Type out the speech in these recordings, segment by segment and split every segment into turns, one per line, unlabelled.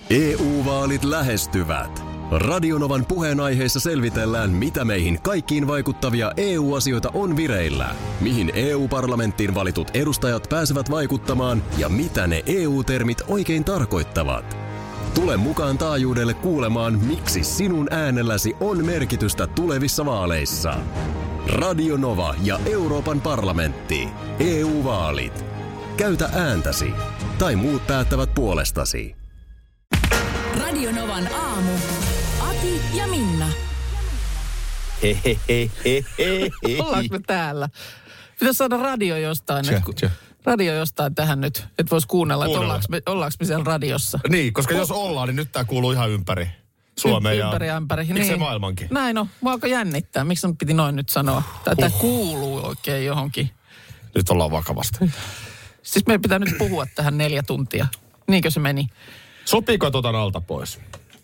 EU-vaalit lähestyvät. Radionovan puheenaiheessa selvitellään, mitä meihin kaikkiin vaikuttavia EU-asioita on vireillä, mihin EU-parlamenttiin valitut edustajat pääsevät vaikuttamaan ja mitä ne EU-termit oikein tarkoittavat. Tule mukaan taajuudelle kuulemaan, miksi sinun äänelläsi on merkitystä tulevissa vaaleissa. Radio Nova ja Euroopan parlamentti. EU-vaalit. Käytä ääntäsi. Tai muut päättävät puolestasi.
Radio Novan aamu. Ati ja Minna.
Ollaanko me täällä? Pitäisi saada radio jostain. Radio jostain tähän nyt, että vois kuunnella, että ollaanko me siellä radiossa.
Niin, koska jos ollaan, niin nyt tää kuuluu ihan ympäri Suomeen
ympäri ämpäri.
Miksei
niin.
maailmankin?
Näin on. Mua alkoi jännittää. Miksi on piti noin nyt sanoa? Tämä kuuluu oikein johonkin.
Nyt ollaan vakavasti.
Siis meidän pitää nyt puhua tähän 4 tuntia. Niinkö se meni?
Sopiiko alta pois?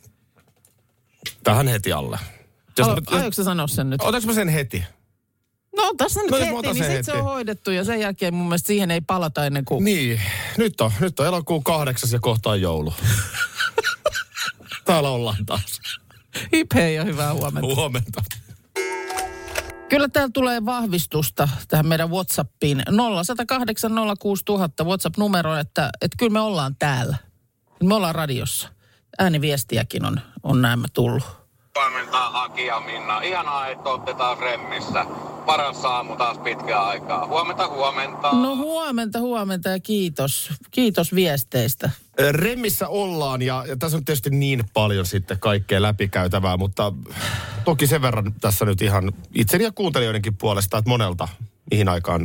Tähän heti alle.
Aiotko sä sanoa sen nyt?
Otanko mä sen heti?
No tässä nyt heti, niin
sitten
se on hoidettu ja sen jälkeen mun mielestä siihen ei palata ennen kuin...
Niin, nyt on elokuun 8. ja kohta on joulu. Täällä ollaan taas.
Hip hei ja hyvää huomenta.
Huomenta.
Kyllä täällä tulee vahvistusta tähän meidän WhatsAppiin. 0108 06000 WhatsApp-numero, että kyllä me ollaan täällä. Me ollaan radiossa. Ääniviestiäkin on näemmä tullut.
Huomenta Aki ja Minna. Ihanaa, että olette taas remmissä. Paras aamu taas pitkään aikaa. Huomenta.
No huomenta ja kiitos. Kiitos viesteistä.
Remmissä ollaan ja tässä on tietysti niin paljon sitten kaikkea läpikäytävää, mutta toki sen verran tässä nyt ihan itseni ja kuuntelijoidenkin puolesta, että monelta mihin aikaan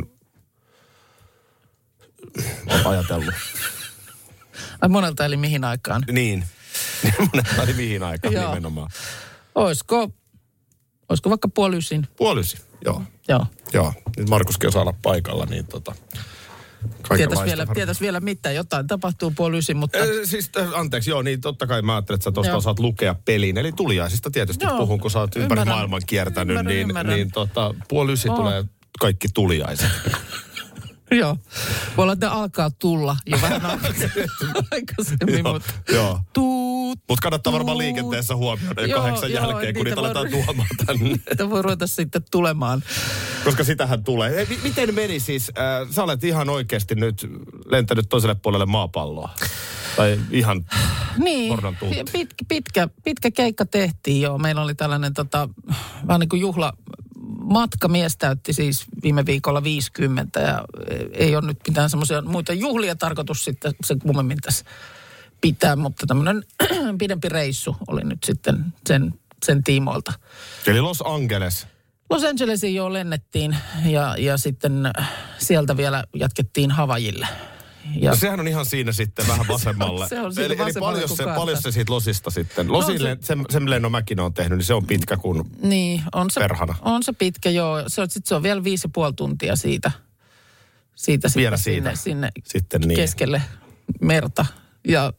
on ajatellut.
Ai monelta eli mihin aikaan?
Niin. Monelta eli mihin aikaan nimenomaan.
Olisiko vaikka 8:30?
8:30,
Joo.
Joo. Nyt Markuskin osaa olla paikalla, niin
Tietäisi vielä mitä, jotain tapahtuu 8:30, mutta...
Anteeksi, niin totta kai mä ajattelin, että sä tuosta osaat lukea peliin. Eli tuliaisista tietysti puhun, kun sä oot ympäri maailman kiertänyt, niin 8:30 tulee kaikki tuliaiset.
Joo. Voi olla, että alkaa tulla jo vähän aikaisemmin, mutta...
Joo. Mutta kannattaa varmaan liikenteessä huomioida jo 8 jälkeen, kun niitä aletaan tuomaan tänne.
Niitä voi ruveta sitten tulemaan.
Koska sitähän tulee. Miten meni siis? Sä olet ihan oikeasti nyt lentänyt toiselle puolelle maapalloa. Tai ihan pornon tunti.
Pitkä keikka tehtiin jo. Meillä oli tällainen vähän niin kuin juhlamatka. Mies täytti siis viime viikolla 50 ja ei ole nyt mitään semmoisia muita juhlia tarkoitus sitten se kummemmin tässä pitää, mutta tämmöinen pidempi reissu oli nyt sitten sen tiimoilta.
Eli Los Angelesiin
jo lennettiin ja sitten sieltä vielä jatkettiin Havaijille.
Ja sehän on ihan siinä sitten vähän vasemmalle.
se on siinä
eli paljon se siitä Losista sitten. Losille, sen lennon mäkin on tehnyt, niin se on pitkä kuin perhana. On se pitkä, joo. Se on vielä 5,5 tuntia siitä
vielä sinne
sitten
keskelle merta. Ja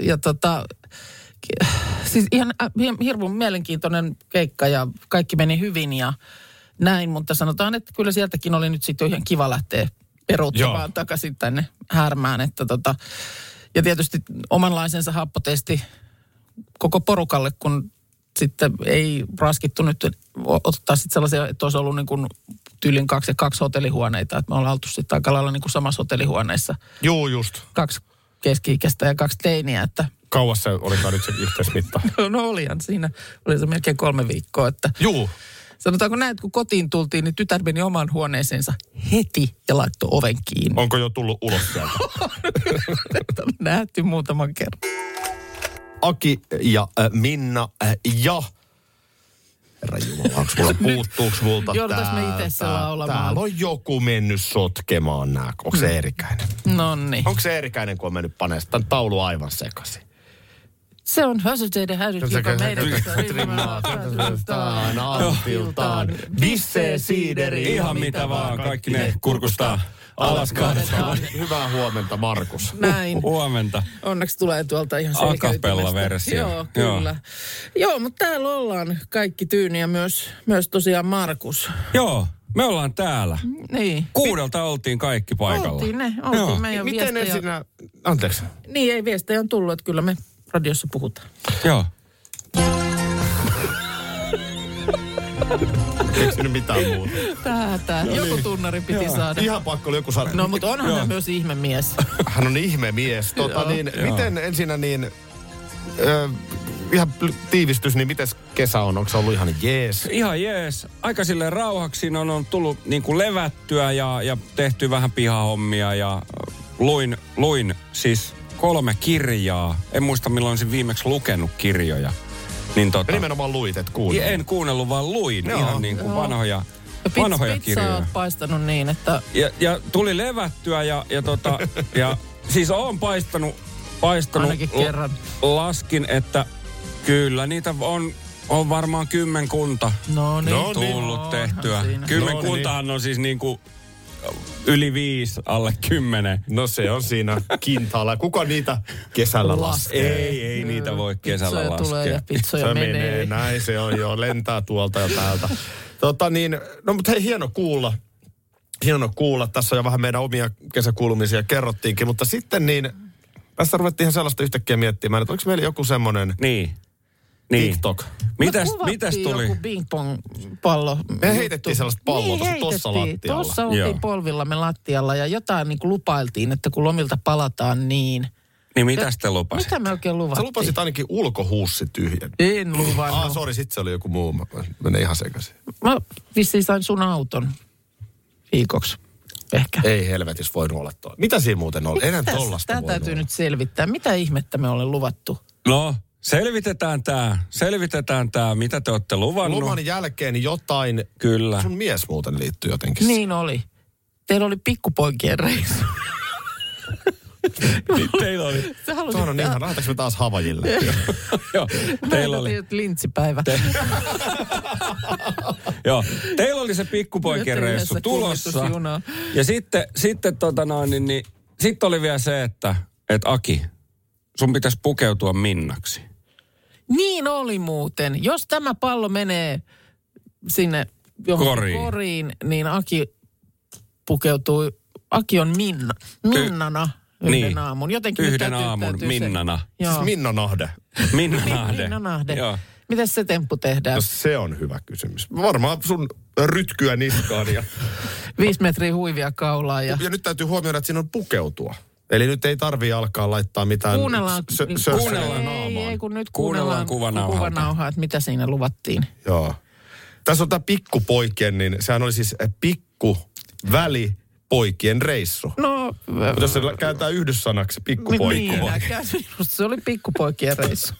siis ihan hirveän mielenkiintoinen keikka ja kaikki meni hyvin ja näin, mutta sanotaan, että kyllä sieltäkin oli nyt sitten ihan kiva lähteä peruuttamaan takaisin tänne Härmään, että ja tietysti omanlaisensa happotesti koko porukalle, kun sitten ei raskittu nyt ottaa sitten sellaisia, että olisi ollut niin kuin tyylin 2 ja 2 hotellihuoneita, että me ollaan oltu sitten aika lailla niin kuin samassa hotellihuoneessa.
Joo, just.
2 keski-ikäistä ja 2 teiniä, että...
Kauas se olikaan nyt se yhteismitta?
No olihan siinä. Oli se melkein 3 viikkoa, että...
Juu.
Sanotaanko näin, että kun kotiin tultiin, niin tytär meni omaan huoneeseensa heti ja laittoi oven kiinni.
Onko jo tullut ulos sieltä?
On nähty muutaman kerran.
Aki ja Minna ja... Herra Jumala, puuttuuko multa
joudutais me itse se laulamaan.
Täällä on joku mennyt sotkemaan nää. Onko se Eerikäinen?
Nonni.
Onko se Eerikäinen, kun on mennyt panemaan tämän taulu aivan sekaisin?
Se on hösyteiden hälyt, joka meidän
rimmaan altiltaan. Bissee, siideri,
ihan mitä vaan, kaikki ne kurkustaa. Alas kaadetaan.
Hyvää huomenta, Markus.
Näin.
Huomenta.
Onneksi tulee tuolta ihan selkeytymästä.
Acapella-versio.
Joo, kyllä. Joo, mutta täällä ollaan kaikki tyyni ja myös tosiaan Markus.
Joo, me ollaan täällä.
Niin.
6 oltiin kaikki paikalla.
Oltiin meidän
miten
viestejä.
ne sinä... Anteeksi.
Niin, ei viestejä on tullut, että kyllä me radiossa puhutaan.
Joo.
Eikö nyt mitään muuta?
Tää. Joku tunnari piti saada.
Ihan pakko oli joku saada.
No, mutta onhan hän myös ihmemies.
Hän on ihmemies. Miten ensinnä ihan tiivistys, niin miten kesä on? Onko se ollut ihan jees?
Ihan jees. Aika silleen rauhaksi on tullut niin kuin levättyä ja tehty vähän pihahommia ja luin siis 3 kirjaa. En muista milloin olisin viimeksi lukenut kirjoja. Niin
ja nimenomaan luit, et kuunnellut.
En kuunnellut, vaan luin ihan niin kuin vanhoja kirjoja.
Pizza oot paistanut niin, että...
Ja tuli levättyä ja siis oon paistanut
ainakin kerran.
Laskin, että kyllä niitä on varmaan 10 tullut tehtyä. 10 kuntahan on siis niinku yli 5, alle 10.
No se on siinä kintaalla. Kuka niitä kesällä laskee?
Ei niitä voi kesällä laskea.
Tulee ja pizzoja
se menee. Näin se on jo, lentää tuolta ja täältä. No mutta hei, hieno kuulla. Tässä on jo vähän meidän omia kesäkuulumisia kerrottiinkin, mutta sitten tässä ruvettiin ihan sellaista yhtäkkiä miettimään, että oliko meillä joku semmoinen TikTok.
Mitäs tuli?
Joku ping-pong-pallo.
Me heitettiin sellaista palloa tuossa lattialla.
Tuossa oltiin polvillamme lattialla ja jotain niin kuin lupailtiin, että kun lomilta palataan niin...
Niin mitä te lupasit?
Mitä me oikein luvattiin?
Sä lupasit ainakin ulkohuussi tyhjän.
En luvannut.
Sori, sit se oli joku muu. Menee ihan sekaisin.
Mä vissiin sain sun auton viikoksi. Ehkä.
Ei helvetis voinut olla tuo. Mitä siinä muuten oli? Enää tollasta
Tämä täytyy nyt selvittää. Mitä ihmettä me olemme luvattu?
No, selvitetään tää, mitä te olette luvannut.
Loman jälkeen jotain.
Kyllä.
Sun mies muuten liittyy jotenkin.
Niin oli. Teillä oli pikkupoikien reissu.
Teillä oli.
Tuohon on ihan, lähdetäänkö me taas Havajille?
Joo, teillä oli.
Lintsipäivä.
Joo, teillä oli se pikkupoikien reissu tulossa. Ja sitten sitten oli vielä se, että Aki, sun pitäisi pukeutua Minnaksi.
Niin oli muuten. Jos tämä pallo menee sinne koriin, niin Aki pukeutuu, Aki on Minnana yhden aamun. Jotenkin
yhden aamun Minnana.
Siis Minna Nahde.
Minna Nahde. Miten se temppu tehdään?
No se on hyvä kysymys. Varmaan sun rytkyä niskaan ja...
5 metriä huivia kaulaan ja
nyt täytyy huomioida, että siinä on pukeutua. Eli nyt ei tarvii alkaa laittaa mitään...
Kuunnellaan
naamaan.
Ei, kun nyt kuunnellaan kuvanauhaa, että mitä siinä luvattiin.
Joo. Tässä on tämä pikkupoikien, niin sehän oli siis pikkuväli poikien reissu.
No...
Mutta jos se kääntää yhdyssanaksi, pikkupoikki.
Niin, se oli pikkupoikien reissu.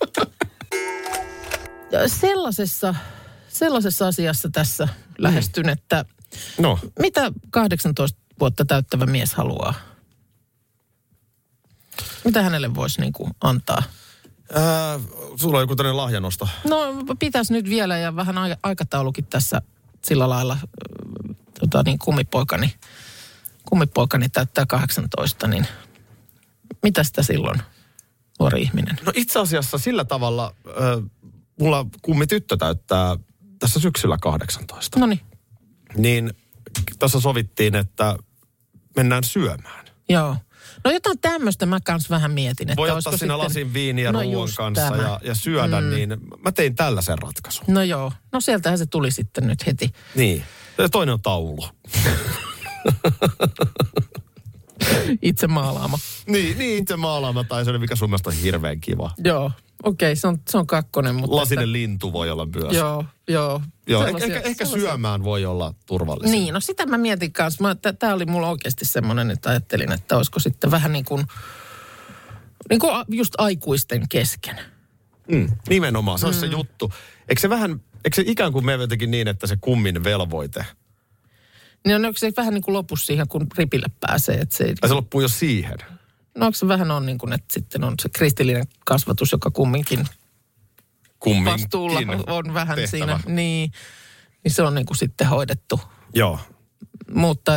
Sellaisessa asiassa tässä lähestyn, että mitä 18 vuotta täyttävä mies haluaa? Mitä hänelle voisi niinku antaa?
Sulla on joku tämmöinen lahjanosto.
No pitäisi nyt vielä ja vähän aikataulukin tässä sillä lailla kummipoikani täyttää 18, niin mitä sitä silloin, nuori ihminen?
No itse asiassa sillä tavalla mulla kummityttö täyttää tässä syksyllä 18.
Noniin.
Niin tässä sovittiin, että mennään syömään.
Joo. No jotain tämmöistä mä kans vähän mietin. Että
voi ottaa siinä lasin viiniä ruoan kanssa ja syödä, niin mä tein tällaisen ratkaisun.
No joo. No sieltähän se tuli sitten nyt heti.
Niin. Ja toinen on taulu.
Itse maalaama.
Niin itse maalaama tai se oli mikä sun mielestä on hirveän kiva.
Joo. Okei, se on kakkonen. Mutta
lasinen lintu voi olla myös.
Joo.
Ehkä syömään voi olla turvallista.
Niin, no sitä mä mietin kanssa. Tämä oli mulla oikeasti semmoinen, että ajattelin, että olisiko sitten vähän niin kuin just aikuisten kesken.
Nimenomaan, se on se juttu. Eikö se ikään kuin mene jotenkin niin, että se kummin velvoite?
Niin onko se vähän niin kuin lopussa siihen, kun ripille pääsee? Että se
loppuu jo siihen?
No onko se vähän on niin kuin, että sitten on se kristillinen kasvatus, joka kumminkin vastuulla on vähän tehtävä siinä. Niin se on niin kuin sitten hoidettu.
Joo.
Mutta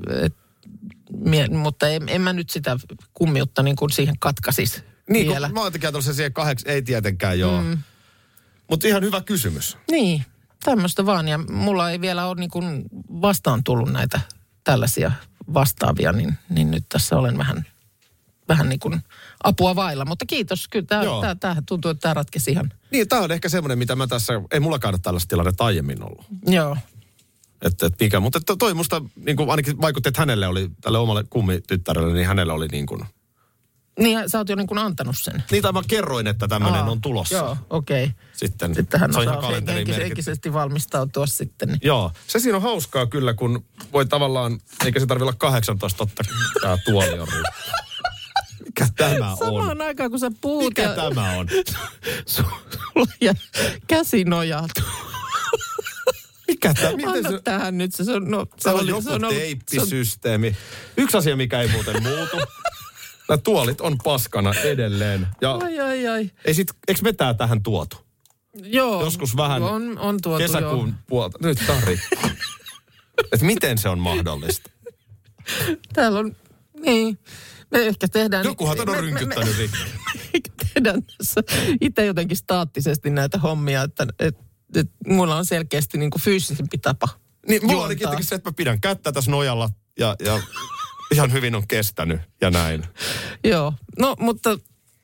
mutta en mä nyt sitä kummiutta niin kuin siihen katkaisisi
niin,
vielä.
Niin, mä oon käytännössä siihen 8, ei tietenkään joo. Mutta ihan hyvä kysymys.
Niin, tämmöistä vaan. Ja mulla ei vielä ole niin kuin vastaan tullut näitä tällaisia vastaavia, niin nyt tässä olen vähän vähän niin kuin apua vailla. Mutta kiitos, kyllä tämä tuntuu, että tämä ratkesi ihan.
Niin, tämä on ehkä semmoinen, mitä mä tässä, ei mullakaan ole tällaista tilannetta aiemmin ollut.
Joo.
Mutta toi musta niin kuin ainakin vaikutti, että hänelle oli, tälle omalle kummityttärelle, niin hänelle oli niin kuin...
Niin, sä oot jo niin kuin antanut sen.
Niin, tai mä kerroin, että tämmöinen on tulossa.
Joo, okei.
Sitten
hän
se on ihan
osaa
kalenteriin merkitty.
henkisesti valmistautua sitten. Niin.
Joo, se siinä on hauskaa kyllä, kun voi tavallaan, eikä se tarvitse olla 18, totta tämä tuoli on riippuu. Mikä tämä on?
Samaan aikaan, kun sä puhut.
Mikä tämä on?
Sulla ja käsi nojautuu.
Mikä tämä?
Anna tähän nyt. Se
on joku teippisysteemi. Yksi asia, mikä ei muuten muutu. Nämä tuolit on paskana edelleen. Ja
ai.
Eikö me tää tähän tuotu?
Joo.
Joskus vähän
on tuotu,
kesäkuun puolta. Nyt Tari. Että miten se on mahdollista?
Täällä on, niin. Me ehkä tehdään...
Jokuhan on rynkyttänyt rikki.
Tehdään tässä itse jotenkin staattisesti näitä hommia, että mulla on selkeästi niin kuin fyysisempi tapa.
Niin, mulla oli se, että mä pidän kättä tässä nojalla ja ihan hyvin on kestänyt ja näin.
Joo, no mutta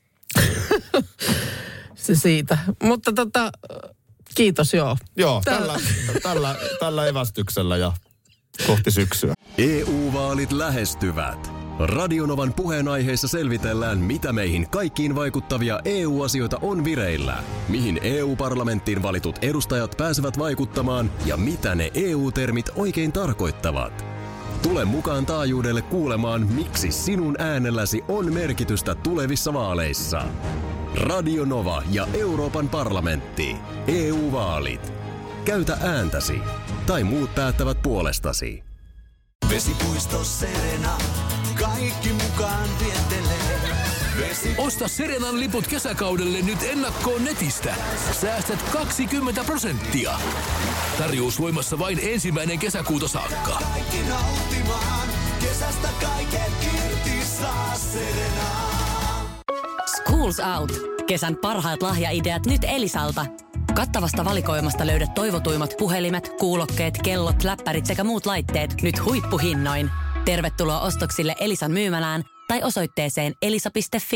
se siitä. Mutta kiitos joo.
Joo, tällä evästyksellä ja kohti syksyä.
EU-vaalit lähestyvät. Radionovan puheenaiheessa selvitellään, mitä meihin kaikkiin vaikuttavia EU-asioita on vireillä, mihin EU-parlamenttiin valitut edustajat pääsevät vaikuttamaan ja mitä ne EU-termit oikein tarkoittavat. Tule mukaan taajuudelle kuulemaan, miksi sinun äänelläsi on merkitystä tulevissa vaaleissa. Radio Nova ja Euroopan parlamentti. EU-vaalit. Käytä ääntäsi. Tai muut päättävät puolestasi.
Vesipuisto Serena. Kaikki mukaan vientelee.
Osta Serenan liput kesäkaudelle nyt ennakkoon netistä. Säästät 20%. Tarjous voimassa vain 1. kesäkuuta saakka.
Kaikki nauttimaan. Kesästä kaiken irti saa Serena.
Schools Out. Kesän parhaat lahjaideat nyt Elisalta. Kattavasta valikoimasta löydät toivotuimmat puhelimet, kuulokkeet, kellot, läppärit sekä muut laitteet nyt huippuhinnoin. Tervetuloa ostoksille Elisan myymälään tai osoitteeseen elisa.fi.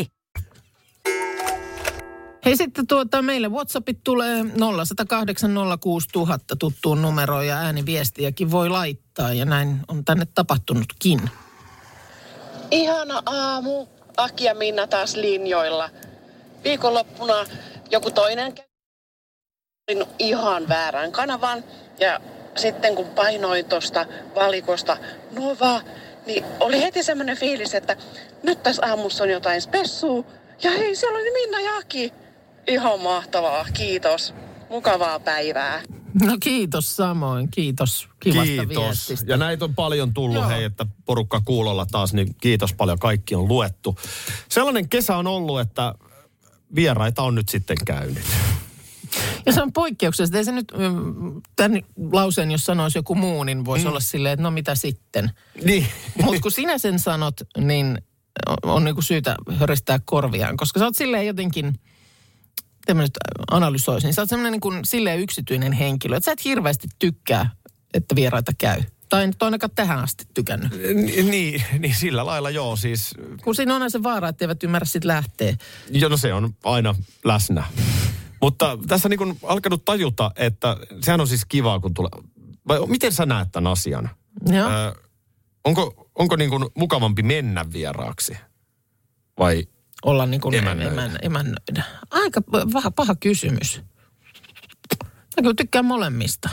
Hei sitten meille WhatsAppit tulee 0108 06000 tuttuun numeroon ja ääniviestiäkin voi laittaa ja näin on tänne tapahtunutkin.
Ihana aamu. Aki ja Minna taas linjoilla. Viikonloppuna joku toinen ihan väärän kanavan ja sitten kun painoin tuosta valikosta Nova, niin oli heti semmoinen fiilis, että nyt tässä aamussa on jotain spessua. Ja hei, siellä oli Minna ja Aki. Ihan mahtavaa, kiitos. Mukavaa päivää.
No kiitos samoin, kiitos kivasta viestistä.
Ja näitä on paljon tullut, hei, että porukka kuulolla taas, niin kiitos paljon, kaikki on luettu. Sellainen kesä on ollut, että vieraita on nyt sitten käynyt.
Ja se on poikkeuksellista. Ei se nyt, tämän lauseen, jos sanoisi joku muu, niin voisi olla silleen, että no mitä sitten.
Niin.
Mutta kun sinä sen sanot, niin on niinku syytä höristää korviaan. Koska sä oot silleen jotenkin, tämmöiset analysoisin, sä oot semmoinen niin kuin silleen yksityinen henkilö, että sä et hirveästi tykkää, että vieraita käy. Tai nyt on ainakaan tähän asti tykännyt.
Niin sillä lailla joo siis.
Kun siinä on aina se vaara, että eivät ymmärrä sit lähteä.
Joo, no se on aina läsnä. Mutta tässä niin kuin alkanut tajuta, että sehän on siis kivaa, kun tulee. Vai miten sä näet tämän asian?
Joo.
Onko niin kuin mukavampi mennä vieraaksi? Vai
olla niin kuin emännöidä? Aika paha kysymys. Mä kyllä tykkään molemmista.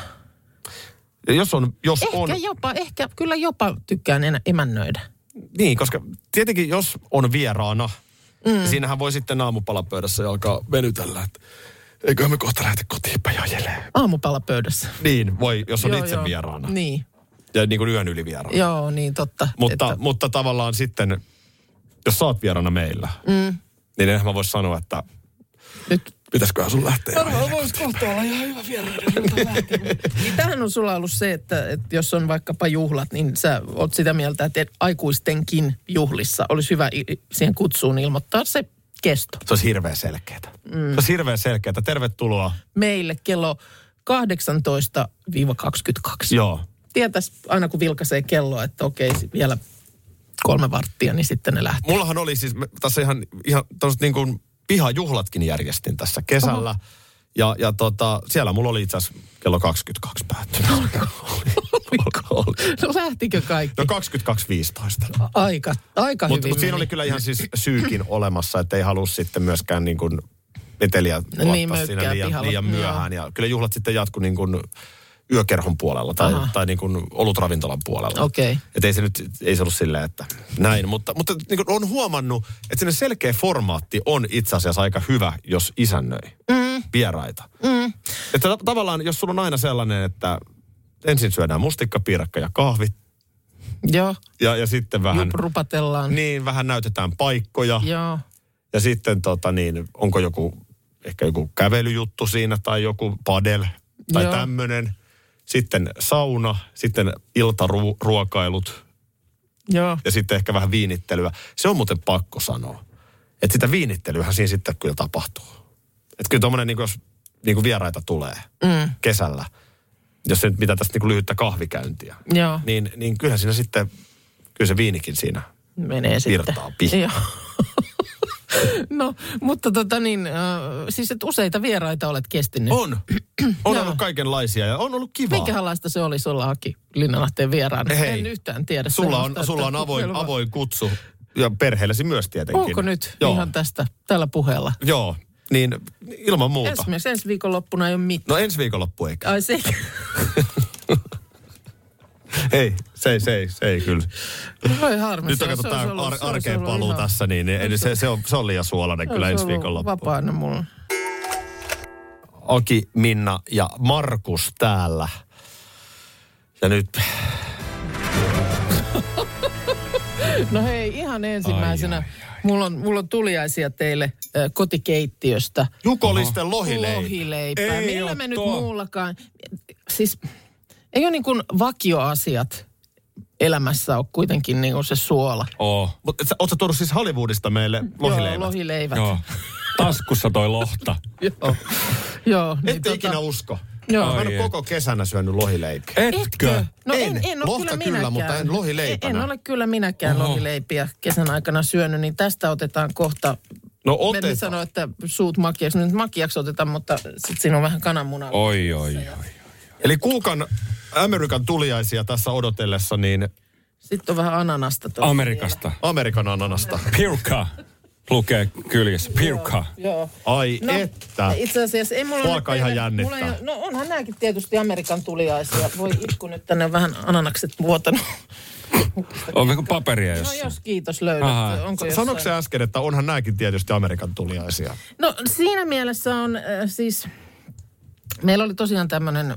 Kyllä jopa tykkään emännöidä.
Niin, koska tietenkin jos on vieraana, niin siinähän voi sitten aamupalapöydässä ja alkaa venytellä, että eiköhän me kohta lähdetä kotiin pajajelemaan.
Aamupalapöydässä?
Niin, voi, jos on itse vieraana.
Niin.
Ja niin kuin yön yli vieraana.
Joo, niin totta.
Mutta tavallaan sitten, jos sä oot vieraana meillä, niin enhän mä vois sanoa, että nyt pitäisiköhän sun lähteä.
Voisi kohta olla ihan hyvä vieraana. Niin tämähän on sulla ollut se, että jos on vaikkapa juhlat, niin sä oot sitä mieltä, että aikuistenkin juhlissa olisi hyvä siihen kutsuun ilmoittaa se kesto.
Se olisi hirveän selkeätä. Se olisi hirveän selkeätä. Tervetuloa.
Meille kello 18-22.
Joo.
Tietäisi aina kun vilkaisee kelloa, että okei, vielä 3 varttia, niin sitten ne lähti.
Mullahan oli siis tässä ihan tällaiset niin kuin pihajuhlatkin järjestin tässä kesällä. Oho. Ja siellä mulla oli itse asiassa kello 22 päättynyt.
No lähtikö kaikki?
No 22.15.
Aika hyvin.
Mutta siinä oli kyllä ihan siis syykin olemassa, että ei halua sitten myöskään niin kuin meteliä laittaa siinä liian myöhään. Ja kyllä juhlat sitten jatku niin kuin yökerhon puolella tai niin kuin olutravintolan puolella.
Okei.
Että ei se ollut silleen, että näin. Mutta niin kuin on huomannut, että sinne selkeä formaatti on itse asiassa aika hyvä, jos isännöi vieraita. Että tavallaan, jos sulla on aina sellainen, että ensin syödään mustikka, piirakka ja kahvit.
Joo.
Ja sitten vähän
rupatellaan.
Niin, vähän näytetään paikkoja.
Joo.
Ja sitten onko ehkä joku kävelyjuttu siinä tai joku padel tai tämmöinen. Sitten sauna, sitten iltaruokailut.
Joo.
Ja sitten ehkä vähän viinittelyä. Se on muuten pakko sanoa, että sitä viinittelyähän siinä sitten kyllä tapahtuu. Että kyllä tommoinen, niin jos niin kuin vieraita tulee kesällä, jos se nyt mitä tästä niin kuin lyhyttä kahvikäyntiä, niin kyllähän siinä sitten, kyllä se viinikin siinä
menee
virtaa pihaan.
No, mutta siis että useita vieraita olet kestinyt.
On ollut kaikenlaisia ja on ollut kivaa.
Minkälaista se olisi olla Aki Linnanahteen vieraana?
Hei,
en yhtään tiedä.
Sulla on avoin kutsu ja perheellesi myös tietenkin.
Onko nyt ihan tällä puheella?
Joo, niin ilman muuta.
Esimerkiksi ensi viikonloppuna ei ole mitään.
No ensi viikonloppu eikä.
Ai se
Ei, se ei kyllä.
Voi harmi.
Nyt on katsotaan arkeen paluu ihan tässä, niin se on liian suolainen kyllä ensi viikonloppu.
Vapaana mulla.
Aki, Minna ja Markus täällä. Ja nyt...
No hei, ihan ensimmäisenä. Mulla on tuliaisia teille kotikeittiöstä.
Jukolisten lohileipä.
Lohileipää. Millä me nyt muullakaan... Siis... Ei ole niin kuin vakioasiat elämässä ole kuitenkin niin kuin se suola.
Mutta ootko tuonut siis Hollywoodista meille lohileivät?
Joo, lohileivät.
Joo. Taskussa toi lohta.
Joo.
Ette ikinä usko.
Joo.
Mä en ole koko kesänä syönyt lohileipiä.
Etkö?
No en ole
lohta kyllä, mutta en lohileipänä.
En ole kyllä minäkään lohileipiä kesän aikana syönyt, niin tästä otetaan kohta.
No otetaan.
En sano, että suut makiaksi. Nyt makiaksi otetaan, mutta sitten siinä on vähän kananmunaa.
Oi.
Eli kuukan Amerikan tuliaisia tässä odotellessa, niin...
Sitten on vähän ananasta.
Amerikasta.
Amerikan ananasta.
Pirka. Lukee kyljessä. Pirka.
Joo.
Ai että.
Itse asiassa ei mulla...
Alkaa ihan jännittää.
No onhan nämäkin tietysti Amerikan tuliaisia. Voi itku nyt tänne vähän ananakset vuotanut.
Onko paperia jossain?
No jos kiitos löydät.
Sanoiko se äsken, että onhan nämäkin tietysti Amerikan tuliaisia?
No siinä mielessä on siis... Meillä oli tosiaan tämmöinen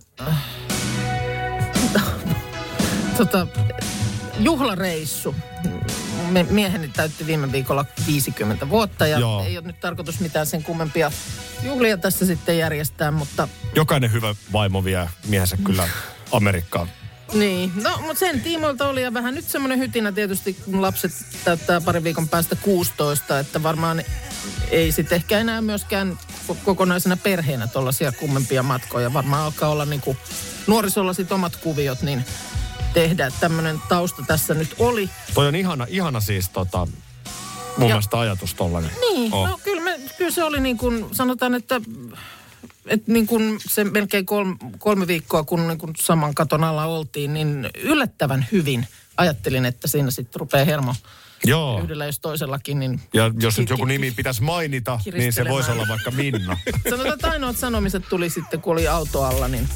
juhlareissu. Mieheni täytti viime viikolla 50 vuotta ja ei ole nyt tarkoitus mitään sen kummempia juhlia tässä sitten järjestää, mutta...
Jokainen hyvä vaimo vie miehensä kyllä Amerikkaan.
Niin, no mutta sen tiimoilta oli ja vähän nyt semmoinen hytinä tietysti, kun lapset täyttää parin viikon päästä 16, että varmaan ei sitten ehkä enää myöskään kokonaisena perheenä tuollaisia kummempia matkoja. Varmaan alkaa olla niin kuin nuorisolla sit omat kuviot, niin tehdä tämmöinen tausta tässä nyt oli.
Toi on ihana siis mun mielestä ajatus tollainen.
Niin, no kyllä se oli niin kuin, sanotaan, että niin kuin se melkein 3 viikkoa, kun niin kuin saman katon alla oltiin, niin yllättävän hyvin ajattelin, että siinä sitten rupeaa hermo yhdellä jos toisellakin. Niin
ja jos nyt joku nimi pitäisi mainita, niin se voisi olla vaikka Minna.
Sanotaan, että ainoat sanomiset tuli sitten, kun oli auto alla, niin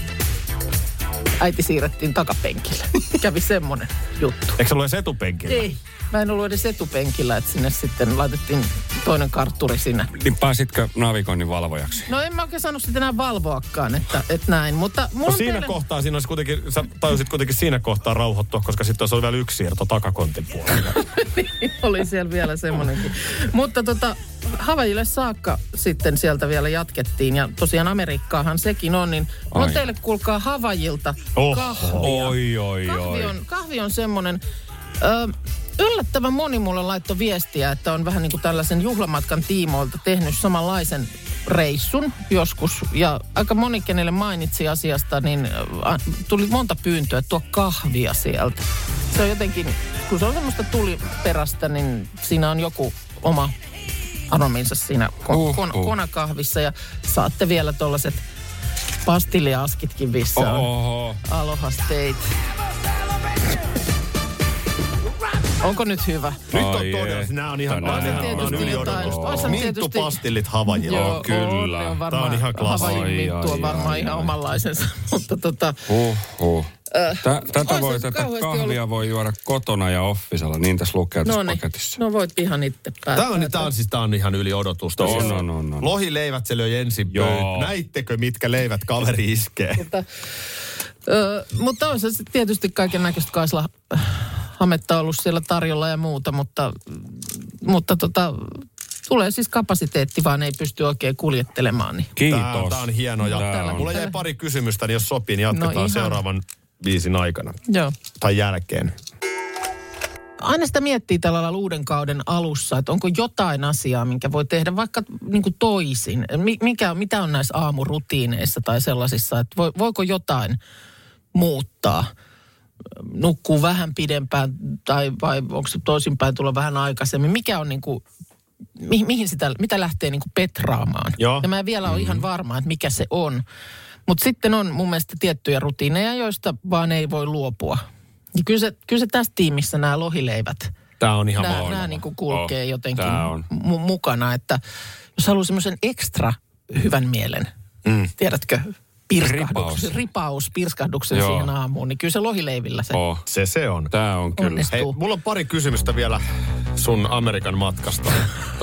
äiti siirrettiin takapenkille. Kävi semmoinen juttu.
Eikö se ollut edes etupenkillä?
Ei. Mä en ollut edes etupenkillä, että sinne sitten laitettiin toinen kartturi sinne.
Niin pääsitkö navigoinnin valvojaksi?
No en mä oikein saanut sitten enää valvoakaan, että näin. Mutta
siinä kohtaa siinä olisi kuitenkin, sä tajusit kuitenkin siinä kohtaa rauhoittua, koska sitten olisi vielä yksi siirto takakontin puolella.
Niin, oli siellä vielä semmoinenkin. Mutta Havaijille saakka sitten sieltä vielä jatkettiin. Ja tosiaan Amerikkaahan sekin on, niin on teille kuulkaa Havaijilta kahvia. Kahvi on semmoinen... Yllättävän moni mulle laittoi viestiä, että on vähän niin kuin tällaisen juhlamatkan tiimoilta tehnyt samanlaisen reissun joskus. Ja aika moni, kenelle mainitsi asiasta, niin tuli monta pyyntöä, että tuo kahvia sieltä. Se on jotenkin, kun se on semmoista tuliperäistä, niin siinä on joku oma arominsa siinä konakahvissa. Ja saatte vielä tollaset pastilliaskitkin vissaan. Aloha State. Onko nyt hyvä?
Nyt on todella, nämä on ihan yliodotusta. Minttupastillit Havajilla.
Joo,
kyllä. Tämä on ihan klassikko.
Havajin minttu on varmaan ihan omanlaisensa. Mutta
tätä kahvia voi juoda kotona ja offisella. Niin tässä lukee tässä paketissa.
No voit ihan itse päättää.
Tämä on ihan yli odotusta.
On.
Lohileivät se löi ensin pöytään. Näittekö, mitkä leivät kaveri iskee?
Mutta on se tietysti kaiken näköistä hametta ollut siellä tarjolla ja muuta, mutta tulee siis kapasiteetti, vaan ei pysty oikein kuljettelemaan. Niin.
Kiitos.
Tämä on hieno. Mulla jäi pari kysymystä, niin jos sopii, niin jatketaan seuraavan biisin aikana.
Joo.
Tai jälkeen.
Aina sitä miettii tällä lailla uuden kauden alussa, että onko jotain asiaa, minkä voi tehdä vaikka niin kuin toisin. Mitä on näissä aamurutiineissa tai sellaisissa, että voiko jotain muuttaa? Nukkuu vähän pidempään vai onko se toisinpäin tulla vähän aikaisemmin? Mikä on niin kuin, mitä lähtee niin kuin petraamaan? Joo. Ja mä en vielä ole ihan varma, että mikä se on. Mutta sitten on mun mielestä tiettyjä rutiineja, joista vaan ei voi luopua. Ja kyllä se tässä tiimissä nämä lohileivät.
Tämä on ihan
nämä niin kuin kulkee jotenkin mukana, että jos haluaa semmoisen ekstra hyvän mielen, tiedätkö, pirskahduksen siihen aamuun, niin kyllä se lohileivillä se.
Se on.
Tämä on kyllä.
Onnistuu.
Hei, mulla on pari kysymystä vielä sun Amerikan matkasta.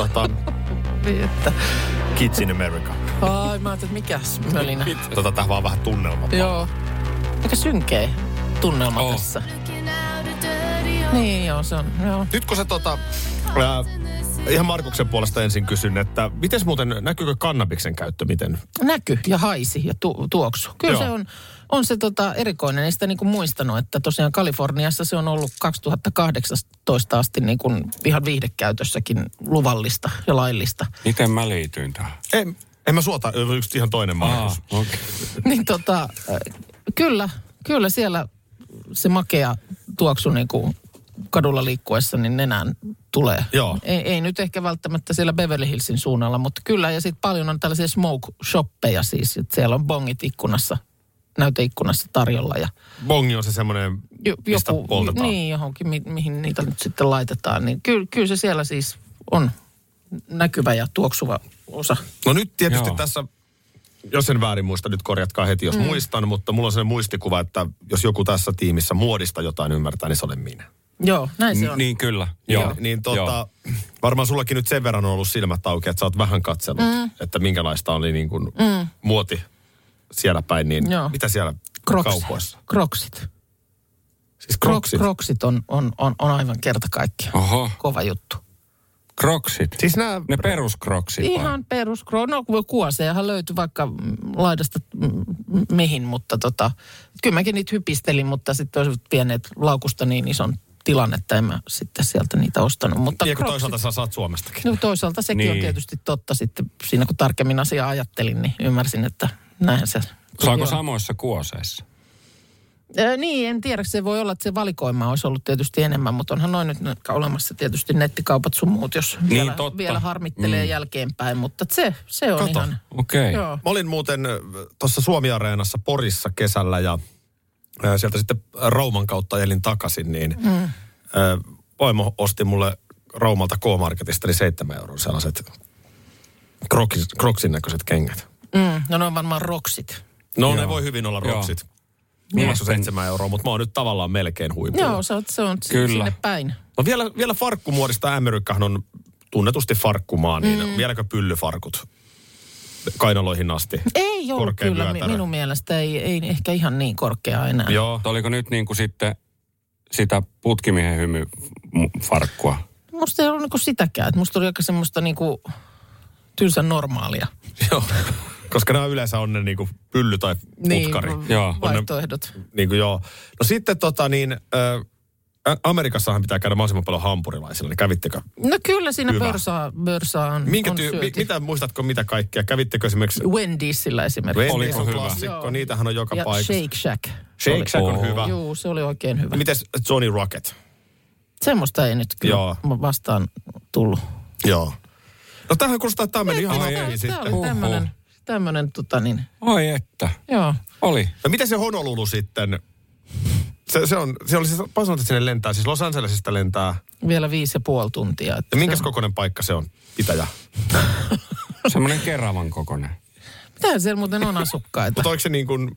Kids in America.
Ai, mä ajattelin, että mikäs mölinä.
Tähän vaan vähän tunnelma.
Joo. Aika synkeä tunnelma tässä. Niin, joo, se on. Joo.
Nyt kun se ihan Markuksen puolesta ensin kysyn, että miten muuten, näkyykö kannabiksen käyttö miten?
Näky ja haisi ja tuoksu. Kyllä se on se erikoinen. Ei sitä niin kuin muistanut, että tosiaan Kaliforniassa se on ollut 2018 asti niin kuin ihan viihdekäytössäkin luvallista ja laillista.
Miten mä liityin tähän?
En mä suota, yksi ihan toinen Markus.
Okay.
Niin kyllä siellä se makea tuoksu niin kuin kadulla liikkuessa, niin nenään tulee.
Joo.
Ei nyt ehkä välttämättä siellä Beverly Hillsin suunnalla, mutta kyllä. Ja sitten paljon on tällaisia smoke-shoppeja siis, että siellä on bongit näyteikkunassa tarjolla. Ja
bongi on se semmoinen, mistä poltetaan.
Niin, johonkin, mihin niitä nyt sitten laitetaan. Niin kyllä se siellä siis on näkyvä ja tuoksuva osa.
No nyt tietysti tässä, jos en väärin muista, nyt korjatkaa heti, jos muistan, mutta mulla on sellainen muistikuva, että jos joku tässä tiimissä muodista jotain ymmärtää, niin se olen minä.
Joo, näin se on.
Niin kyllä.
Varmaan sullakin nyt sen verran on ollut silmät auki, että sä oot vähän katsellut, että minkälaista oli niin kuin muoti siellä päin, niin mitä siellä kaupoissa?
Crocsit.
Siis
Crocsit on aivan kerta kaikkiaan.
Oho.
Kova juttu.
Crocsit?
Siis
ne peruscrocsit vai?
Ihan no kuosejahan löytyi vaikka laidasta mihin, mutta kyllä mäkin niitä hypistelin, mutta sitten olisivat vieneet laukusta niin ison tilan, että en mä sitten sieltä niitä ostanut. Mutta
ja toisaalta sä saat Suomestakin.
No toisaalta sekin on tietysti totta sitten. Siinä kun tarkemmin asiaa ajattelin, niin ymmärsin, että näinhän se.
Saako samoissa kuoseissa?
Niin, en tiedä. Se voi olla, että se valikoima olisi ollut tietysti enemmän, mutta onhan noin nyt olemassa tietysti nettikaupat sun muut, jos vielä harmittelee jälkeenpäin. Mutta se on ihan.
Okei.
Joo.
Mä olin muuten tuossa Suomi-areenassa Porissa kesällä ja sieltä sitten Rauman kautta elin takaisin, niin vaimo osti mulle Raumalta K-Marketista niin 7 € sellaiset Crocsin näköiset kengät.
No ne on varmaan Rocksit.
No ne voi hyvin olla Rocksit. Maksoi 7 €, mutta mä oon nyt tavallaan melkein huipulla.
Joo, se on sinne päin.
No vielä farkkumuodista Amerikkahan on tunnetusti farkkumaa, niin vieläkö pyllyfarkut kainaloihin asti?
Ei ollut kyllä, minun mielestä ei ehkä ihan niin korkea enää.
Joo. Oliko nyt niin kuin sitten sitä putkimiehen hymyfarkkua?
Musta ei ollut niin kuin sitäkään, että musta oli aika semmoista niin kuin tylsän normaalia.
Joo. Koska nämä yleensä on ne niinku pylly tai putkari.
Niin, vaihtoehdot.
Niinku joo. No sitten Amerikassahan pitää käydä mahdollisimman paljon hampurilaisilla, niin kävittekö?
No kyllä siinä börsää on
mitä muistatko mitä kaikkea? Kävittekö esimerkiksi?
Wendysillä esimerkiksi.
Wendys on klassikko, niitähän on joka paikassa.
Ja Shake Shack.
Shake Shack on hyvä.
Joo, se oli oikein hyvä.
Mites Johnny Rocket?
Semmoista ei nyt kyllä
Joo.
vastaan tullut.
Joo. No tämähän kuulostaa, että tämä meni ihan oikein sitten.
Tämä oli tämmöinen
Oi että.
Joo.
Oli.
No miten se Honolulu sitten? Se oli siis, sanotaan, että sinne lentää, siis Los Angelesista lentää.
Vielä 5,5 tuntia.
Ja minkäs kokoinen paikka se on, pitäjä?
Semmoinen Keravan kokoinen.
Mitähän siellä muuten on asukkaita?
Mutta oliko se niin kuin...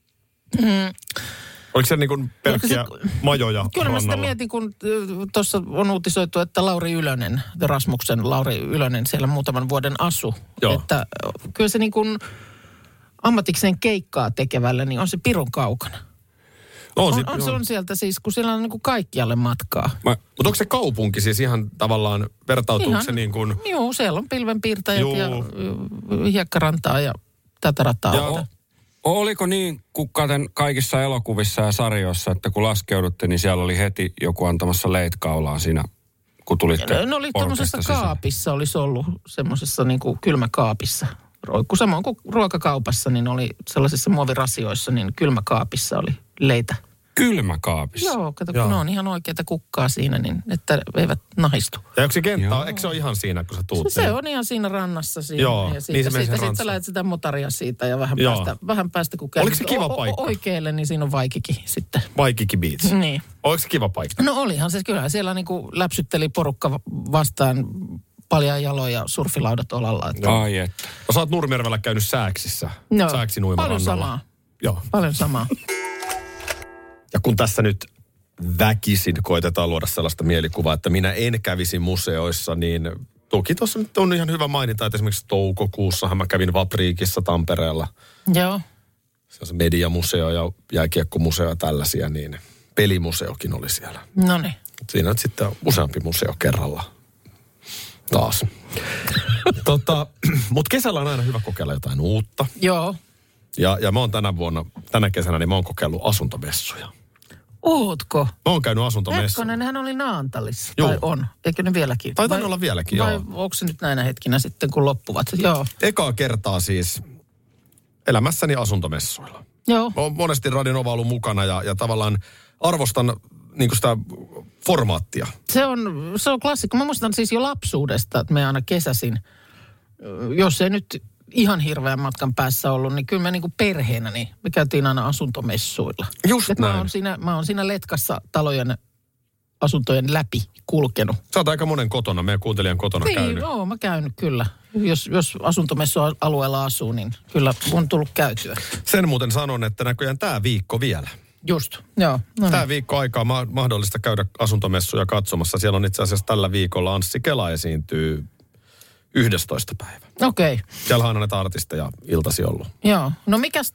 Oliko se niin kuin pelkkiä majoja
Kyllä mä sitä
rannalla?
mietin, kun tuossa on uutisoitu, että Lauri Ylönen, Rasmuksen Lauri Ylönen siellä muutaman vuoden asu.
Joo.
Että kyllä se niin kuin ammatikseen keikkaa tekevälle, niin on se pirun kaukana. Se on sieltä siis, kun siellä on niin kuin kaikkialle matkaa.
Mutta onko se kaupunki siis ihan tavallaan, vertautuuko
Ihan,
se niin kuin...
Joo, siellä on pilvenpiirtäjät ja hiekkarantaa ja tätä rataa.
Joo. Oliko niin, kun katen kaikissa elokuvissa ja sarjoissa, että kun laskeudutte, niin siellä oli heti joku antamassa leitkaulaa siinä, kun tulitte
No oli
porukasta
tuommoisessa kaapissa, olisi ollut semmoisessa niin kuin kylmäkaapissa. Roikku samoin kuin ruokakaupassa, niin oli sellaisissa muovirasioissa, niin kylmäkaapissa oli leitä.
Kylmäkaapissa?
Joo, kato, kun ne on ihan oikeita kukkaa siinä, niin että eivät nahistu.
Ja onko se kenttä, eikö se ole ihan siinä, kun sä tuut?
Se on ihan siinä rannassa siinä.
Joo,
ja
niin se menee
sitten sä lähdet sitä motaria siitä ja vähän päästä kun käyt.
Oliko se kiva paikka?
Oikealle, niin siinä on Vaikiki sitten.
Vaikiki Beach.
Niin.
Oliko se kiva paikka?
No olihan se, kyllä siellä niinku läpsytteli porukka vastaan paljaan jaloja surfilaudat olalla. Että...
Ai että.
No sä oot Nurmijärvellä käynyt Sääksissä.
No,
Sääksin
paljon
uimarannalla.
samaa.
Joo.
Paljon samaa.
Ja kun tässä nyt väkisin koitetaan luoda sellaista mielikuvaa, että minä en kävisi museoissa, niin toki tuossa nyt on ihan hyvä mainita, että esimerkiksi toukokuussahan mä kävin Vapriikissa Tampereella.
Joo.
Se on se mediamuseo ja jääkiekkomuseo ja tällaisia, niin pelimuseokin oli siellä.
Noniin.
Siinä nyt sitten useampi museo kerralla taas. Mutta kesällä on aina hyvä kokeilla jotain uutta.
Joo.
Ja mä oon tänä kesänä, niin mä oon kokeillut asuntomessuja.
Ootko?
Mä oon käynyt asuntomessuja.
Hetkonen, nehän oli Naantalissa.
Joo.
Tai on. Eikö ne vieläkin?
Taitaa olla vieläkin,
vai
joo.
onko se nyt näinä hetkinä sitten, kun loppuvat? Joo.
Ekaa kertaa siis elämässäni asuntomessuilla.
Joo.
Mä oon monesti Radio Nova ollut mukana ja tavallaan arvostan niin sitä formaattia.
Se on klassikko. Mä muistan siis jo lapsuudesta, että me aina kesäsin, jos ei nyt ihan hirveän matkan päässä ollut, niin kyllä me niin kuin perheenä, niin me käytiin aina asuntomessuilla.
Just näin.
Mä oon siinä letkassa talojen asuntojen läpi kulkenut.
Sä oot aika monen kotona, meidän kuuntelijan kotona käynyt.
Joo, mä käynyt kyllä. Jos asuntomessualueella asuu, niin kyllä on tullut käytyä.
Sen muuten sanon, että näköjään tää viikko vielä.
Just, joo. No
Tämä viikko aikaa mahdollista käydä asuntomessuja katsomassa. Siellä on itse asiassa tällä viikolla Anssi Kela esiintyy 11. päivä.
Okei. Okay.
Siellä on näitä artisteja iltasi ollut.
Joo. No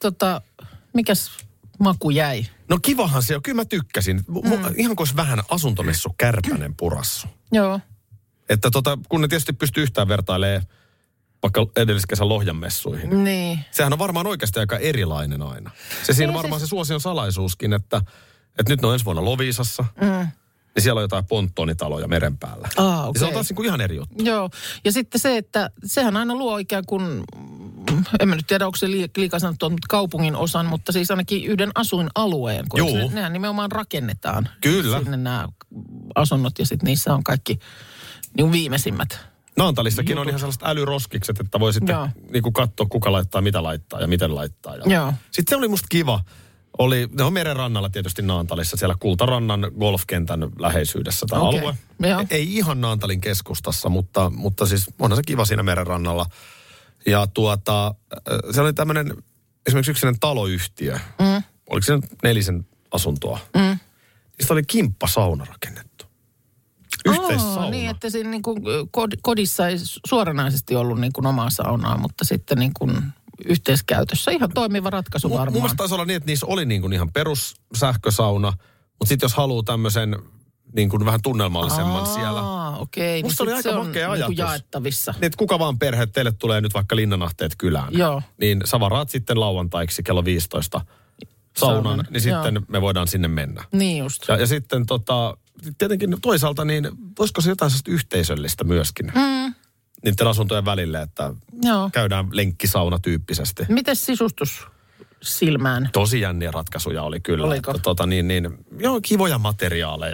mikäs maku jäi?
No kivahan se on. Kyllä mä tykkäsin. Ihan kuin olisi vähän asuntomessu kärpänen purassu.
Joo.
Että kun ne tietysti pystyy yhtään vertailemaan vaikka edelliskesän Lohjan messuihin.
Niin.
Sehän on varmaan oikeasti aika erilainen aina. Se siinä varmaan se suosion salaisuuskin, että nyt ne on ensi vuonna Loviisassa. Niin siellä on jotain ponttonitaloja meren päällä.
Okay.
Ja se on taas niin kuin ihan eri juttu.
Joo. Ja sitten se, että sehän aina luo ikään kuin, en mä nyt tiedä, onko se liikaa sanottu, mutta kaupungin osan, mutta siis ainakin yhden asuinalueen. Kun nehän nimenomaan rakennetaan.
Kyllä.
Sinne nämä asunnot ja sitten niissä on kaikki niin viimeisimmät.
Naantalissakin on ihan sellaiset älyroskikset, että voi sitten niin kuin katsoa, kuka laittaa, mitä laittaa ja miten laittaa.
Joo.
Sitten se oli musta kiva. Ne on meren rannalla tietysti Naantalissa, siellä Kultarannan golfkentän läheisyydessä tämä alue.
Joo.
Ei ihan Naantalin keskustassa, mutta siis onhan se kiva siinä meren rannalla. Ja se oli tämmöinen esimerkiksi yksinen taloyhtiö. Oliko se nyt 4 asuntoa? Niistä oli kimppasauna rakennettu. Yhteissauna.
Niin, että siinä niin kuin kodissa ei suoranaisesti ollut niin kuin omaa saunaa, mutta sitten niin kuin yhteiskäytössä. Ihan toimiva ratkaisu varmaan.
Mun mielestä taisi olla niin, että niissä oli niin kuin ihan perussähkösauna, mutta sitten jos haluaa tämmöisen niin kuin vähän tunnelmallisemman siellä.
Okei.
Musta oli aika makea ajatus.
Niin jaettavissa.
Niin, että kuka vaan perhe, teille tulee nyt vaikka linnanahteet kylään.
Joo.
Niin sä varaat sitten lauantaiksi kello 15 saunan, niin sitten me voidaan sinne mennä.
Niin just.
Ja sitten tietenkin toisaalta niin, olisiko se jotain sellaista yhteisöllistä myöskin? Niiden asuntojen välille, että käydään lenkkisauna tyyppisesti.
Mites sisustus silmään?
Tosi jänniä ratkaisuja oli kyllä.
Oliko?
Joo, kivoja materiaaleja,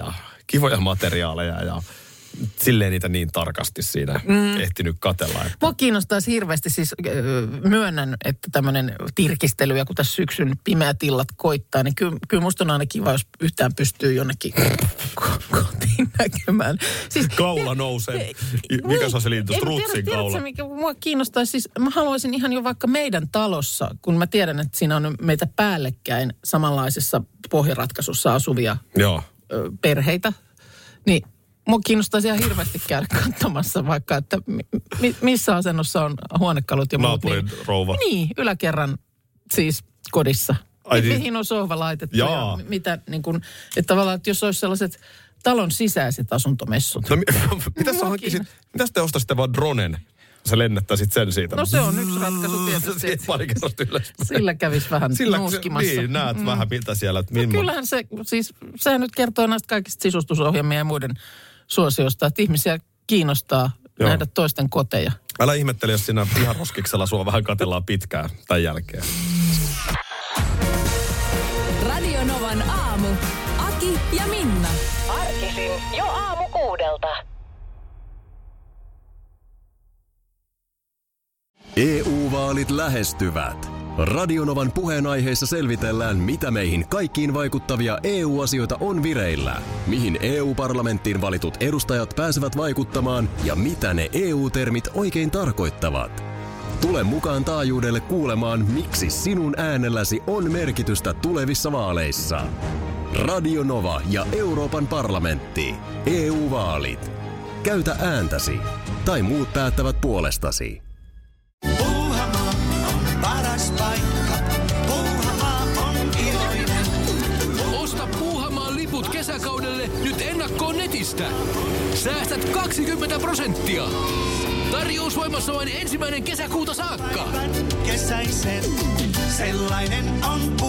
kivoja materiaaleja ja silleen niitä niin tarkasti siinä ehtinyt katsella. Että...
Mua kiinnostaisi hirveästi, siis myönnän, että tämmöinen tirkistely ja kun tässä syksyn pimeät illat koittaa, niin kyllä musta on aina kiva, jos yhtään pystyy jonnekin kotiin näkemään. Siis,
kaula nousee. Mikä se on se liitys? Trutsin kaula.
Tiedätkö, mikä mua kiinnostaisi? Siis mä haluaisin ihan jo vaikka meidän talossa, kun mä tiedän, että siinä on meitä päällekkäin samanlaisessa pohjaratkaisussa asuvia perheitä, niin mua kiinnostaisi ihan hirveästi käydä katsomassa vaikka, että missä asennossa on huonekalut ja muut.
Naapurin rouva.
Niin, yläkerran siis kodissa. Mihin on sohva laitettu ja mitä niin kuin, että tavallaan, että jos olisi sellaiset talon sisäiset asuntomessut.
No mitäs te ostaisitte vaan dronen? Sä lennättäisit sen siitä.
No se on yksi ratkaisu tietysti.
Pari kerrosta ylös.
Sillä kävisi vähän nuuskimassa.
Niin, näet vähän miltä siellä.
No kyllähän se, siis sehän nyt kertoo näistä kaikista sisustusohjelmia ja muiden suosiosta, että ihmisiä kiinnostaa nähdä toisten koteja.
Älä ihmettele, jos siinä piharoskiksella sua vähän katellaan pitkään tämän jälkeen.
Radio Novan aamu. Aki ja Minna. Arkisin jo 6:00.
EU-vaalit lähestyvät. Radionovan puheenaiheessa selvitellään, mitä meihin kaikkiin vaikuttavia EU-asioita on vireillä, mihin EU-parlamenttiin valitut edustajat pääsevät vaikuttamaan ja mitä ne EU-termit oikein tarkoittavat. Tule mukaan taajuudelle kuulemaan, miksi sinun äänelläsi on merkitystä tulevissa vaaleissa. Radio Nova ja Euroopan parlamentti. EU-vaalit. Käytä ääntäsi. Tai muut päättävät puolestasi.
Puuhamaa on paras paikka. Puuhamaa on iloinen.
Osta Puuhamaan liput kesäkaudelle nyt ennakkoon netistä. Säästät 20%. Tarjous voimassa vain 1. kesäkuuta saakka.
Kesäisen, sellainen on